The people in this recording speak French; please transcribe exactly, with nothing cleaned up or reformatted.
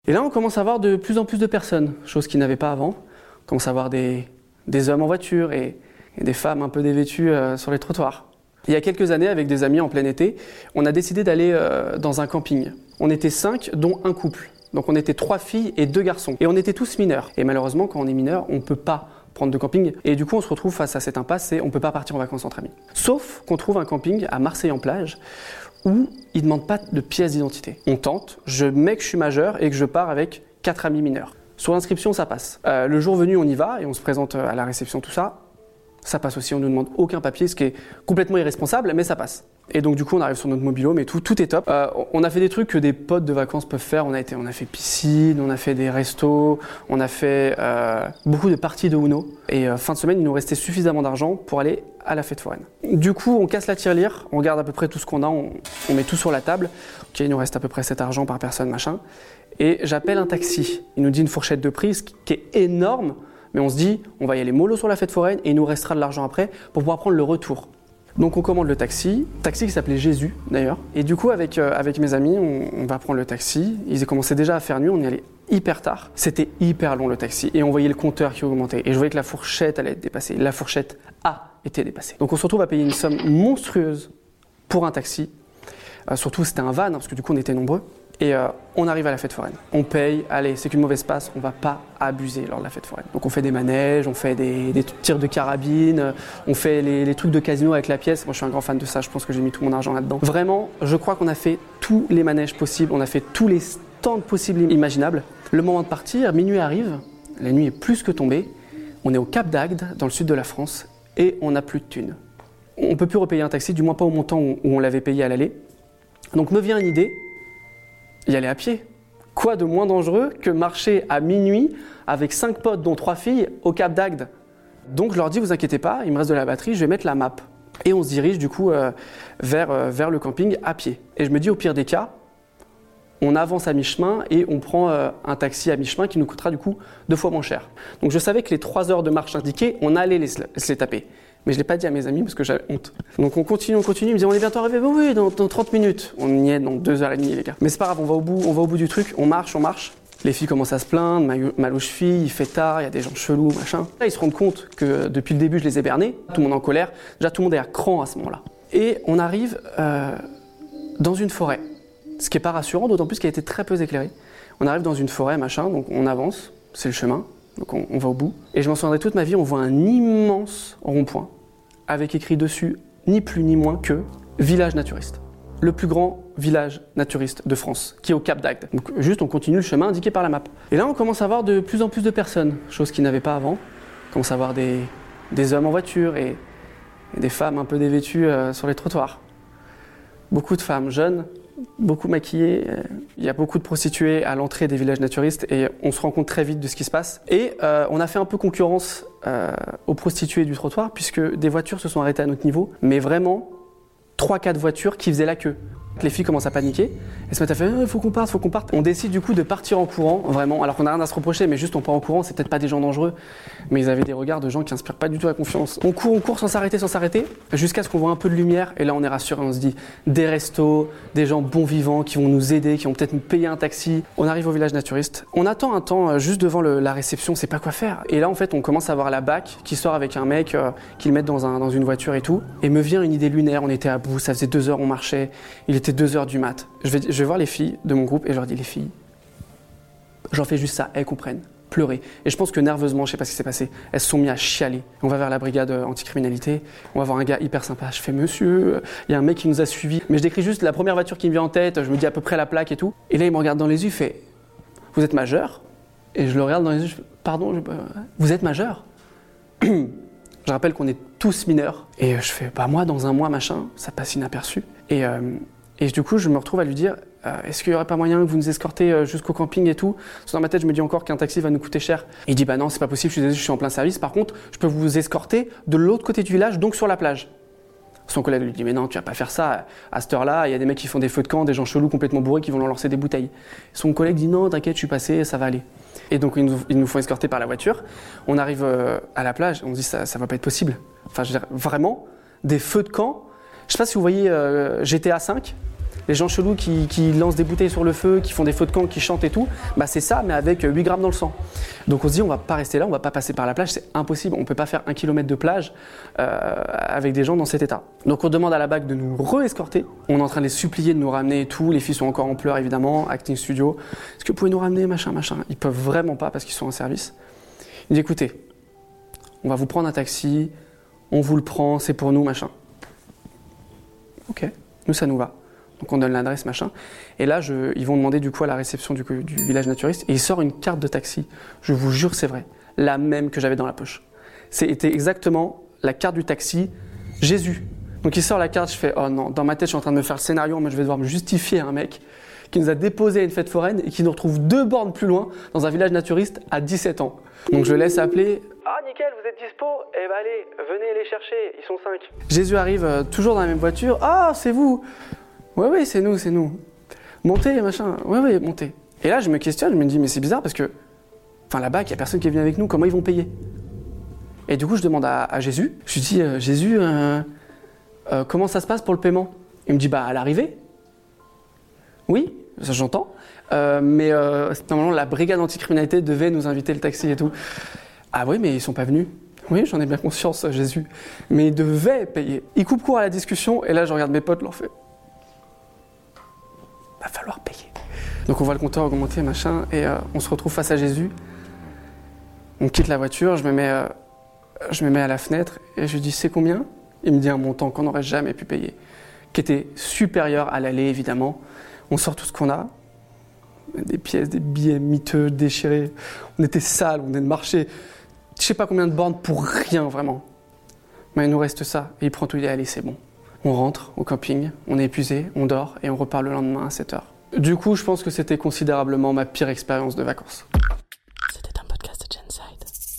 Et là, on commence à voir de plus en plus de personnes, chose qu'il n'y avait pas avant. On commence à voir des, des hommes en voiture et, et des femmes un peu dévêtues euh, sur les trottoirs. Il y a quelques années, avec des amis en plein été, on a décidé d'aller euh, dans un camping. On était cinq, dont un couple. Donc on était trois filles et deux garçons. Et on était tous mineurs. Et malheureusement, quand on est mineur, on ne peut pas prendre de camping. Et du coup, on se retrouve face à cette impasse, c'est on ne peut pas partir en vacances entre amis. Sauf qu'on trouve un camping à Marseille-en-Plage où ils ne demandent pas de pièce d'identité. On tente, je mets que je suis majeur et que je pars avec quatre amis mineurs. Sur l'inscription, ça passe. Euh, le jour venu, on y va et on se présente à la réception, tout ça. Ça passe aussi, on ne nous demande aucun papier, ce qui est complètement irresponsable, mais ça passe. Et donc du coup, on arrive sur notre mobilo, mais tout, tout est top. Euh, on a fait des trucs que des potes de vacances peuvent faire. On a, été, on a fait piscine, on a fait des restos, on a fait euh, beaucoup de parties de Uno. Et euh, fin de semaine, il nous restait suffisamment d'argent pour aller à la fête foraine. Du coup, on casse la tirelire, on regarde à peu près tout ce qu'on a, on, on met tout sur la table. Ok, il nous reste à peu près cet argent par personne, machin. Et j'appelle un taxi. Il nous dit une fourchette de prix, ce qui est énorme. Mais on se dit, on va y aller mollo sur la fête foraine et il nous restera de l'argent après pour pouvoir prendre le retour. Donc on commande le taxi, taxi qui s'appelait Jésus d'ailleurs. Et du coup avec, euh, avec mes amis, on, on va prendre le taxi. Ils commençaient déjà à faire nuit, on y allait hyper tard. C'était hyper long le taxi et on voyait le compteur qui augmentait. Et je voyais que la fourchette allait être dépassée. La fourchette A était dépassée. Donc on se retrouve à payer une somme monstrueuse pour un taxi. Euh, surtout c'était un van, hein, parce que du coup on était nombreux. Et euh, on arrive à la fête foraine. On paye, allez, c'est qu'une mauvaise passe, on va pas abuser lors de la fête foraine. Donc on fait des manèges, on fait des, des tirs de carabine, on fait les, les trucs de casino avec la pièce. Moi je suis un grand fan de ça, je pense que j'ai mis tout mon argent là-dedans. Vraiment, je crois qu'on a fait tous les manèges possibles, on a fait tous les stands possibles et imaginables. Le moment de partir, minuit arrive, la nuit est plus que tombée, on est au Cap d'Agde, dans le sud de la France, et on n'a plus de thunes. On peut plus repayer un taxi, du moins pas au montant où, où on l'avait payé à l'aller. Donc me vient une idée, y aller à pied. Quoi de moins dangereux que marcher à minuit avec cinq potes, dont trois filles, au Cap d'Agde. Donc je leur dis, vous inquiétez pas, il me reste de la batterie, je vais mettre la map. Et on se dirige du coup euh, vers, euh, vers le camping à pied. Et je me dis, au pire des cas, on avance à mi-chemin et on prend euh, un taxi à mi-chemin qui nous coûtera du coup deux fois moins cher. Donc je savais que les trois heures de marche indiquées, on allait les, se les taper. Mais je ne l'ai pas dit à mes amis parce que j'avais honte. Donc on continue, on continue, ils me disent on est bientôt arrivé, bah oui, dans, dans trente minutes. On y est dans deux heures trente les gars. Mais c'est pas grave, on va au bout, on va au bout du truc, on marche, on marche. Les filles commencent à se plaindre, mal aux chevilles, il fait tard, il y a des gens chelous, machin. Là ils se rendent compte que depuis le début je les ai bernés, tout le monde en colère. Déjà tout le monde est à cran à ce moment-là. Et on arrive euh, dans une forêt, ce qui n'est pas rassurant, d'autant plus qu'elle a été très peu éclairée. On arrive dans une forêt, machin, donc on avance, c'est le chemin, donc on, on va au bout. Et je m'en souviendrai toute ma vie, on voit un immense rond-point avec écrit dessus ni plus ni moins que village naturiste. Le plus grand village naturiste de France, qui est au Cap d'Agde. Donc juste on continue le chemin indiqué par la map. Et là on commence à voir de plus en plus de personnes, chose qu'il n'y avait pas avant. On commence à voir des, des hommes en voiture et, et des femmes un peu dévêtues euh, sur les trottoirs. Beaucoup de femmes jeunes, beaucoup maquillées. Il y a beaucoup de prostituées à l'entrée des villages naturistes et on se rend compte très vite de ce qui se passe. Et euh, on a fait un peu concurrence euh, aux prostituées du trottoir puisque des voitures se sont arrêtées à notre niveau, mais vraiment trois quatre voitures qui faisaient la queue. Les filles commencent à paniquer, elles se mettent à faire il faut qu'on parte, faut qu'on parte. On décide du coup de partir en courant, vraiment, alors qu'on n'a rien à se reprocher, mais juste on part en courant, c'est peut-être pas des gens dangereux, mais ils avaient des regards de gens qui inspirent pas du tout la confiance. On court, on court sans s'arrêter, sans s'arrêter, jusqu'à ce qu'on voit un peu de lumière, et là on est rassuré, on se dit des restos, des gens bons vivants qui vont nous aider, qui vont peut-être nous payer un taxi. On arrive au village naturiste, on attend un temps juste devant le, la réception, c'est pas quoi faire. Et là en fait on commence à voir la B A C qui sort avec un mec, euh, qui le met dans, un, dans une voiture et tout, et me vient une idée lunaire, on était à bout, ça faisait deux heures on marchait, il était deux heures du mat. Je vais, je vais voir les filles de mon groupe et je leur dis les filles, j'en fais juste ça, elles comprennent, pleurer. Et je pense que nerveusement, je sais pas ce qui s'est passé, elles se sont mis à chialer. On va vers la brigade anticriminalité, on va voir un gars hyper sympa. Je fais monsieur, il y a un mec qui nous a suivis. Mais je décris juste la première voiture qui me vient en tête, je me dis à peu près la plaque et tout. Et là il me regarde dans les yeux, il fait vous êtes majeur? Et je le regarde dans les yeux, je fais pardon, je, euh, vous êtes majeur? Je rappelle qu'on est tous mineurs. Et je fais bah moi dans un mois machin, ça passe inaperçu. Et euh, Et du coup, je me retrouve à lui dire euh, est-ce qu'il n'y aurait pas moyen que vous nous escortez euh, jusqu'au camping et tout? Parce que dans ma tête, je me dis encore qu'un taxi va nous coûter cher. Et il dit bah non, c'est pas possible, je suis désolé, je suis en plein service. Par contre, je peux vous escorter de l'autre côté du village, donc sur la plage. Son collègue lui dit mais non, tu vas pas faire ça. À cette heure-là, il y a des mecs qui font des feux de camp, des gens chelous complètement bourrés qui vont leur lancer des bouteilles. Son collègue dit non, t'inquiète, je suis passé, ça va aller. Et donc ils nous, ils nous font escorter par la voiture. On arrive euh, à la plage, on se dit ça, ça va pas être possible. Enfin, je veux dire, vraiment, des feux de camp. Je sais pas si vous voyez euh, G T A cinq. Les gens chelous qui, qui lancent des bouteilles sur le feu, qui font des feux de camp, qui chantent et tout, bah c'est ça, mais avec huit grammes dans le sang. Donc on se dit, on va pas rester là, on va pas passer par la plage, c'est impossible. On peut pas faire un kilomètre de plage euh, avec des gens dans cet état. Donc on demande à la B A C de nous re-escorter. On est en train de les supplier de nous ramener et tout. Les filles sont encore en pleurs évidemment, acting studio. Est-ce que vous pouvez nous ramener, machin, machin. Ils peuvent vraiment pas parce qu'ils sont en service. Il dit, écoutez, on va vous prendre un taxi, on vous le prend, c'est pour nous, machin. Ok, nous ça nous va. Donc on donne l'adresse, machin. Et là, je, ils vont demander du coup à la réception du, du village naturiste. Et il sort une carte de taxi. Je vous jure, c'est vrai. La même que j'avais dans la poche. C'était exactement la carte du taxi Jésus. Donc il sort la carte, je fais, oh non, dans ma tête, je suis en train de me faire le scénario, mais je vais devoir me justifier à un mec qui nous a déposé à une fête foraine et qui nous retrouve deux bornes plus loin dans un village naturiste à dix-sept ans. Donc je laisse appeler. Ah nickel, vous êtes dispo? Eh ben allez, venez les chercher, ils sont cinq. Jésus arrive euh, toujours dans la même voiture. Ah, c'est vous? Ouais, oui, c'est nous, c'est nous. Montez, machin. Ouais, oui, montez. Et là, je me questionne, je me dis, mais c'est bizarre parce que, enfin là-bas, il n'y a personne qui est venu avec nous, comment ils vont payer? Et du coup, je demande à, à Jésus, je lui dis, euh, Jésus, euh, euh, comment ça se passe pour le paiement? Il me dit, bah à l'arrivée. Oui, ça j'entends. Euh, mais euh, normalement, la brigade anticriminalité devait nous inviter le taxi et tout. Ah oui, mais ils sont pas venus. Oui, j'en ai bien conscience, Jésus. Mais ils devaient payer. Il coupe court à la discussion et là, je regarde mes potes, leur fait. Va falloir payer. Donc on voit le compteur augmenter, machin, et euh, on se retrouve face à Jésus. On quitte la voiture, je me mets, euh, je me mets à la fenêtre et je lui dis c'est combien? Il me dit un montant qu'on n'aurait jamais pu payer, qui était supérieur à l'aller évidemment. On sort tout ce qu'on a. Des pièces, des billets miteux, déchirés. On était sales, on venait de marcher. Je sais pas combien de bornes pour rien, vraiment. Mais il nous reste ça. Et il prend tout, il dit, allez, c'est bon. On rentre au camping, on est épuisé, on dort et on repart le lendemain à sept heures. Du coup, je pense que c'était considérablement ma pire expérience de vacances. C'était un podcast de Genside.